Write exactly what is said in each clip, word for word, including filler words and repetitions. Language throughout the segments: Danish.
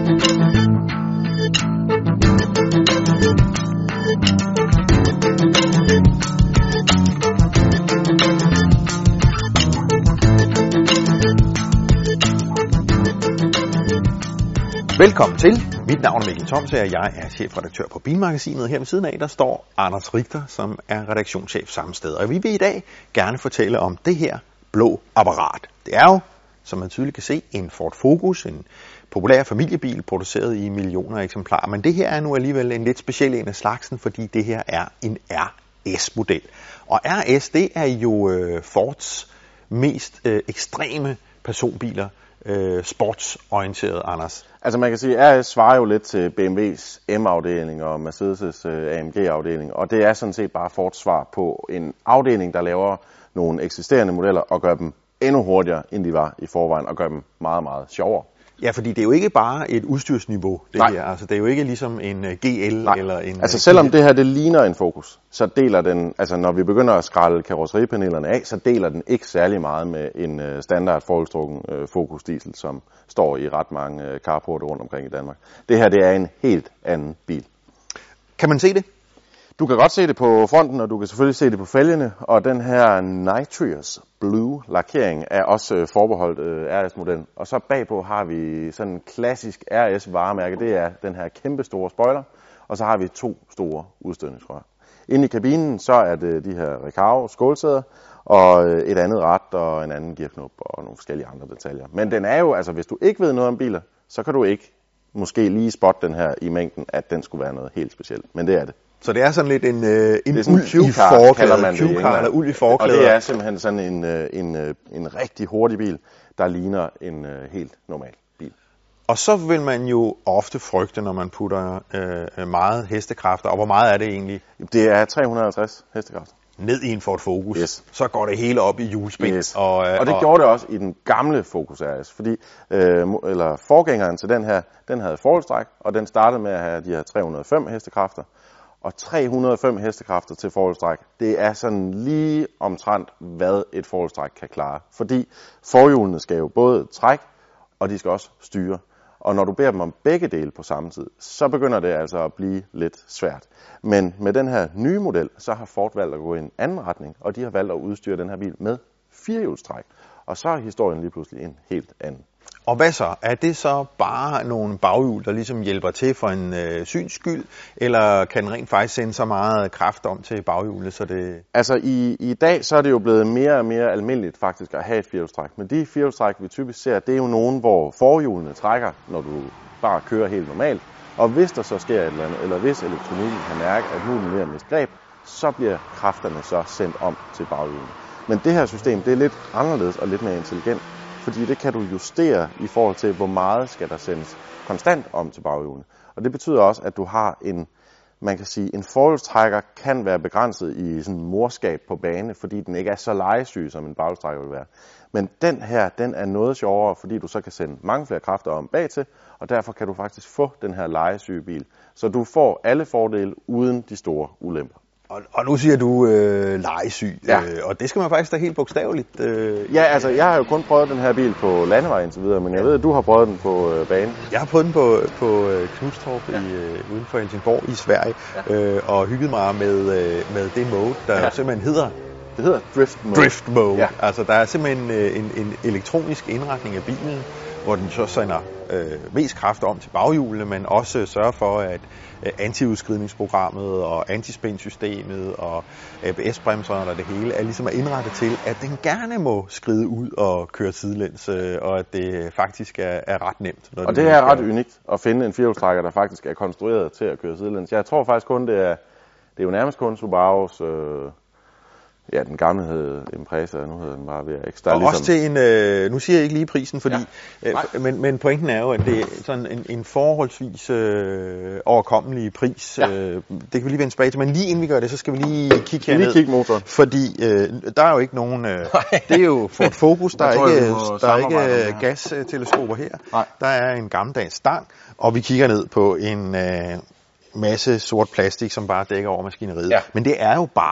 Velkommen til. Mit navn er Mikkel Thoms, og jeg er chefredaktør på Bilmagasinet. Her ved siden af, der står Anders Richter, som er redaktionschef samme sted. Og vi vil i dag gerne fortælle om det her blå apparat. Det er jo, som man tydeligt kan se, en Ford Focus, en populær familiebil, produceret i millioner af eksemplarer. Men det her er nu alligevel en lidt speciel en af slagsen, fordi det her er en R S-model. Og R S, det er jo øh, Fords mest øh, ekstreme personbiler, øh, sportsorienteret, Anders. Altså man kan sige, at R S svarer jo lidt til B M W's M-afdeling og Mercedes' A M G-afdeling, og det er sådan set bare Fords svar på en afdeling, der laver nogle eksisterende modeller og gør dem endnu hurtigere, end de var i forvejen, og gør dem meget, meget sjovere. Ja, fordi det er jo ikke bare et udstyrsniveau, det Nej. her. Altså, det er jo ikke ligesom en G L Nej. eller en... Altså selvom det her, det ligner en Focus, så deler den, altså når vi begynder at skrælle karrosseripanelerne af, så deler den ikke særlig meget med en standard forholdstrukken Focus diesel, som står i ret mange carporte rundt omkring i Danmark. Det her, det er en helt anden bil. Kan man se det? Du kan godt se det på fronten, og du kan selvfølgelig se det på fælgene, og den her Nitrous Blue lakering er også forbeholdt øh, R S-modellen. Og så bagpå har vi sådan en klassisk R S-varemærke, det er den her kæmpe store spoiler, og så har vi to store udstødningsrør. Inde i kabinen så er det de her Recaro skålsæder, og et andet rat og en anden gearknop og nogle forskellige andre detaljer. Men den er jo, altså hvis du ikke ved noget om biler, så kan du ikke måske lige spotte den her i mængden, at den skulle være noget helt specielt, men det er det. Så det er sådan lidt en, øh, en uld i forklæder, eller uld i forklæder. Og det er simpelthen sådan en, en, en, en rigtig hurtig bil, der ligner en uh, helt normal bil. Og så vil man jo ofte frygte, når man putter øh, meget hestekræfter. Og hvor meget er det egentlig? Det er tre hundrede og halvtreds hestekræfter. Ned i en Ford Focus, yes. Så går det hele op i hjulspind. Yes. Og, øh, og det og... gjorde det også i den gamle Focus R S, fordi øh, eller forgængeren til den her, den havde forholdstræk, og den startede med at have de her tre hundrede og fem hestekræfter. Og tre hundrede og fem hestekræfter til forholdstræk, det er sådan lige omtrent, hvad et forholdstræk kan klare. Fordi forhjulene skal jo både trække, og de skal også styre. Og når du beder dem om begge dele på samme tid, så begynder det altså at blive lidt svært. Men med den her nye model, så har Ford valgt at gå i en anden retning, og de har valgt at udstyre den her bil med firehjulstræk. Og så er historien lige pludselig en helt anden. Og hvad så? Er det så bare nogle baghjul, der ligesom hjælper til for en øh, syns skyld, eller kan den rent faktisk sende så meget kraft om til baghjulet, så det... Altså i, i dag, så er det jo blevet mere og mere almindeligt faktisk at have et firehjulstræk. Men de firehjulstræk, vi typisk ser, det er jo nogen, hvor forhjulene trækker, når du bare kører helt normalt. Og hvis der så sker et eller andet, eller hvis elektronikken kan mærke, at nu er den ved at miste greb, så bliver kræfterne så sendt om til baghjulene. Men det her system, det er lidt anderledes og lidt mere intelligent. Fordi det kan du justere i forhold til, hvor meget skal der sendes konstant om til baghjulene. Og det betyder også, at du har en, man kan sige, en forhjulstrækker kan være begrænset i sådan morskab på bane, fordi den ikke er så legesyg, som en baghjulstrækker vil være. Men den her, den er noget sjovere, fordi du så kan sende mange flere kræfter om bagtil, og derfor kan du faktisk få den her legesyge bil. Så du får alle fordele uden de store ulemper. Og, og nu siger du øh, legesyg, ja. øh, og det skal man faktisk da helt bogstaveligt. Øh, ja, altså jeg har jo kun prøvet den her bil på landevej indtil videre, men jeg ved, at du har prøvet den på øh, banen. Jeg har prøvet den på, på øh, Knudstorp ja. i, øh, uden for Helsingborg i Sverige, ja. øh, og hygget mig med, øh, med det mode, der ja. simpelthen hedder... Det hedder Drift Mode. Drift Mode. Ja. Altså der er simpelthen øh, en, en elektronisk indretning af bilen, hvor den så sender øh, mest kraft om til baghjulene, men også sørger for, at øh, antiudskridningsprogrammet og antispændsystemet og A B S-bremserne og det hele er ligesom indrettet til, at den gerne må skride ud og køre sidelæns, øh, og at det faktisk er, er ret nemt. Når og det er ret unikt at finde en firehjulstrækker, der faktisk er konstrueret til at køre sidelæns. Jeg tror faktisk kun, det er, det er jo nærmest kun Subarus... Øh, Ja, den gamle hed Impreza, nu hedder den bare V R X. Der og er ligesom... også til en, øh, nu siger jeg ikke lige prisen, fordi, ja. øh, men, men pointen er jo, at det er sådan en, en forholdsvis øh, overkommelig pris. Ja. Øh, det kan vi lige vende tilbage til, men lige inden vi gør det, så skal vi lige kigge herned. Lige kigge motoren. Fordi øh, der er jo ikke nogen, øh, det er jo Ford Focus, der er tror, ikke, jeg, der er ikke gasteleskoper her. Nej. Der er en gammeldags stang, og vi kigger ned på en øh, masse sort plastik, som bare dækker over maskineriet. Ja. Men det er jo bare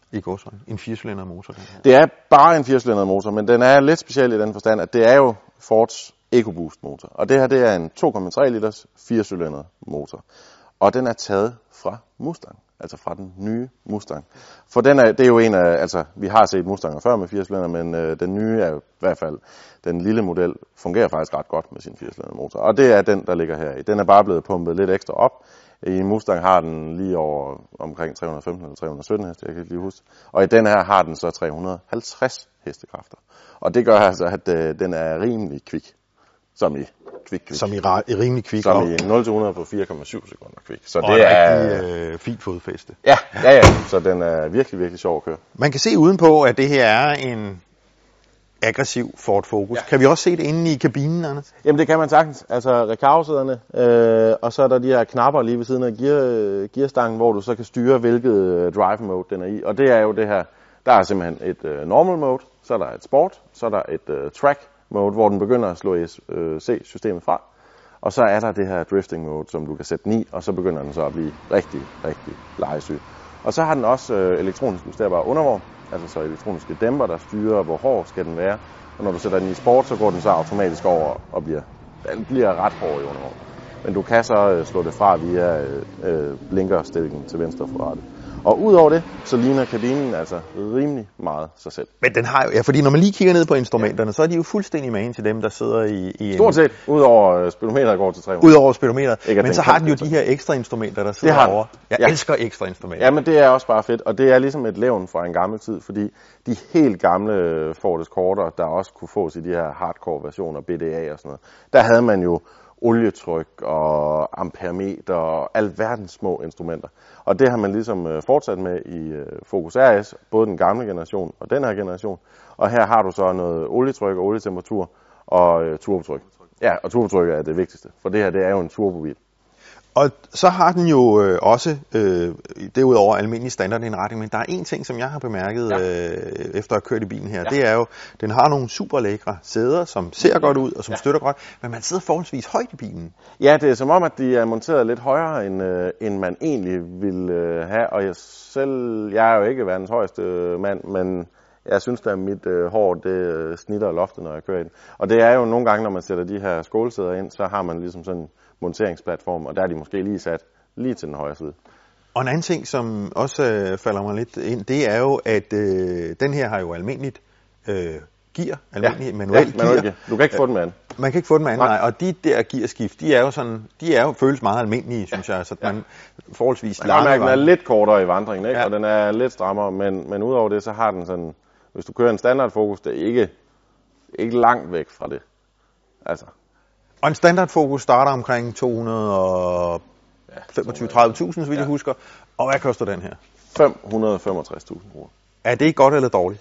i godsøjne? En firecylindret motor? Det er bare en firecylindret motor, men den er lidt speciel i den forstand, at det er jo Fords EcoBoost motor. Og det her, det er en to komma tre liters firecylindret motor. Og den er taget fra Mustang, altså fra den nye Mustang. For den er, det er jo en af, altså vi har set Mustanger før med firecylinder, men øh, den nye er jo i hvert fald, den lille model fungerer faktisk ret godt med sin firecylindrede motor. Og det er den, der ligger her i. Den er bare blevet pumpet lidt ekstra op. I Mustang har den lige over omkring tre hundrede og femten eller tre hundrede og sytten heste, jeg kan ikke lige huske. Og i den her har den så tre hundrede og halvtreds hestekræfter. Og det gør altså, at øh, den er rimelig kvik. Som i kvik, kvik. Som i, ra- i rimelig kvik. Som i nul til hundrede på fire komma syv sekunder kvik. Så og det er rigtig øh, fint fodfæste. Ja, ja, ja. Så den er virkelig, virkelig sjov at køre. Man kan se udenpå, at det her er en aggressiv Ford Focus. Ja. Kan vi også se det inde i kabinen, Anders? Jamen det kan man sagtens. Altså rekavsæderne, øh, og så er der de her knapper lige ved siden af gear, gearstangen, hvor du så kan styre, hvilket drive mode den er i. Og det er jo det her, der er simpelthen et uh, normal mode, så er der et sport, så er der et uh, track mode, hvor den begynder at slå E S C-systemet fra. Og så er der det her drifting mode, som du kan sætte den i, og så begynder den så at blive rigtig, rigtig lejesyg. Og så har den også øh, elektronisk justerbare undervogn, altså så elektroniske dæmper, der styrer, hvor hård skal den være. Og når du sætter den i sport, så går den så automatisk over og bliver, den bliver ret hård i undervognen. Men du kan så øh, slå det fra via øh, blinkerstillingen til venstre for rettet. Og udover det, så ligner kabinen altså rimelig meget sig selv. Men den har jo, ja, fordi når man lige kigger ned på instrumenterne, så er de jo fuldstændig magen til dem, der sidder i, i Stort set, udover speedometeret går til tre hundrede. Udover speedometeret. Men så har den jo de her ekstra instrumenter, der sidder over. Jeg ja. elsker ekstra instrumenter. Ja, men det er også bare fedt, og det er ligesom et levn fra en gammel tid, fordi de helt gamle Ford Escorter, der også kunne fås i de her hardcore versioner, B D A og sådan noget, der havde man jo olietryk og amperemeter og alverdens små instrumenter. Og det har man ligesom øh, fortsat med i øh, Focus R S, både den gamle generation og den her generation. Og her har du så noget olietryk og olietemperatur og øh, turbotryk. Ja, og turbotryk er det vigtigste, for det her det er jo en turbobil. Og så har den jo øh, også, øh, derudover almindelig standardindretning, men der er en ting, som jeg har bemærket ja. øh, efter at have kørt i bilen her, ja. det er jo, den har nogle super lækre sæder, som ser godt ud og som ja. støtter godt, men man sidder forholdsvis højt i bilen. Ja, det er som om, at de er monteret lidt højere, end, øh, end man egentlig ville øh, have, og jeg selv, jeg er jo ikke verdens højeste øh, mand, men jeg synes, at mit øh, hår det øh, snitter loftet, når jeg kører ind. Og det er jo nogle gange, når man sætter de her skålsæder ind, så har man ligesom sådan en monteringsplatform, og der er de måske lige sat lige til den højre side. Og en anden ting, som også øh, falder mig lidt ind, det er jo, at øh, den her har jo almindeligt øh, gear, almindeligt ja. manuelt ja, manuel gear. Du kan ikke få den med anden. Man kan ikke få den med anden, nej. Og de der gearskift, de er jo sådan, de er jo føles meget almindelige, synes jeg, så ja. man forholdsvis lange. Den er lidt kortere i vandringen, ikke? Ja. Og den er lidt strammere, men, men udover det, så har den sådan, hvis du kører en standard Focus, det er ikke, ikke langt væk fra det. Altså. Og en standard Focus starter omkring to hundrede og femogtyve til tredive tusind, så vidt ja. jeg husker. Og hvad koster den her? fem hundrede og femogtres tusind kroner. Er det ikke godt eller dårligt?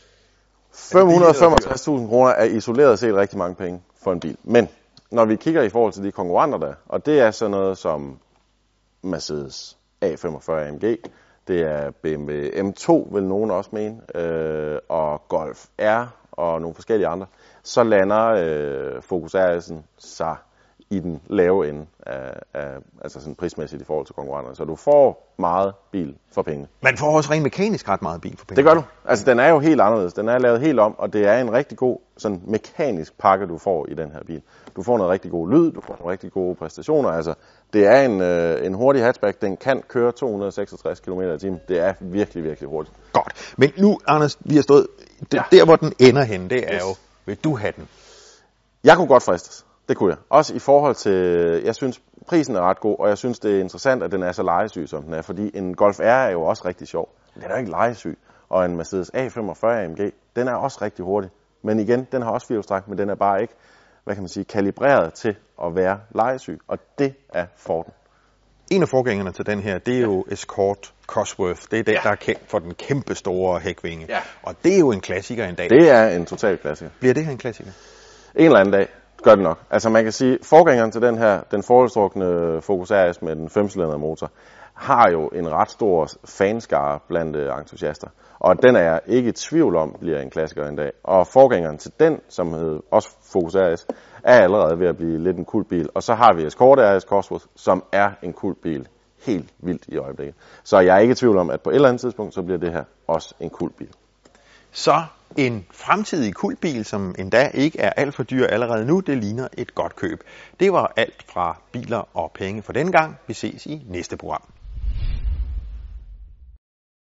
fem hundrede og femogtres tusind kroner er isoleret set rigtig mange penge for en bil. Men når vi kigger i forhold til de konkurrenter der, og det er sådan noget som Mercedes A femogfyrre A M G, det er B M W M to, vil nogen også mene, øh, og Golf R og nogle forskellige andre, så lander øh, Focus R S'en sig i den lave ende, af, af, altså sådan prismæssigt i forhold til konkurrenterne. Så du får meget bil for penge. Man får også rent mekanisk ret meget bil for penge. Det gør du. Altså den er jo helt anderledes. Den er lavet helt om, og det er en rigtig god sådan mekanisk pakke, du får i den her bil. Du får noget rigtig god lyd, du får nogle rigtig gode præstationer. Altså det er en, øh, en hurtig hatchback. Den kan køre to hundrede og seksogtres kilometer i timen. Det er virkelig, virkelig hurtigt. Godt. Men nu, Anders, vi har stået... Det, ja. Der, hvor den ender hen, det er yes. jo... Vil du have den? Jeg kunne godt fristes. Det kunne jeg. Også i forhold til, jeg synes prisen er ret god, og jeg synes det er interessant, at den er så lejesyg, som den er, fordi en Golf R er jo også rigtig sjov. Den er jo ikke lejesyg. Og en Mercedes A femogfyrre A M G, den er også rigtig hurtig. Men igen, den har også firehjulstræk, men den er bare ikke, hvad kan man sige, kalibreret til at være lejesyg. Og det er Forden. En af forgængerne til den her, det er jo Escort Cosworth. Det er den, ja. der er kendt for den kæmpe store hækvinge. Ja. Og det er jo en klassiker en dag. Det er en total klassiker. Bliver det her en klassiker? En eller anden dag. Gør det nok. Altså man kan sige, forgængeren til den her, den forholdstrukne Focus R S med den femcylindrede motor, har jo en ret stor fanskare blandt uh, entusiaster. Og den er jeg ikke i tvivl om, bliver en klassiker en dag. Og forgængeren til den, som hed også Focus R S, er allerede ved at blive lidt en kult bil. Og så har vi Escort R S Cosworth, som er en kult bil helt vildt i øjeblikket. Så jeg er ikke i tvivl om, at på et eller andet tidspunkt, så bliver det her også en cool bil. Så en fremtidig kultbil, som endda ikke er alt for dyr allerede nu, det ligner et godt køb. Det var alt fra Biler og Penge for denne gang. Vi ses i næste program.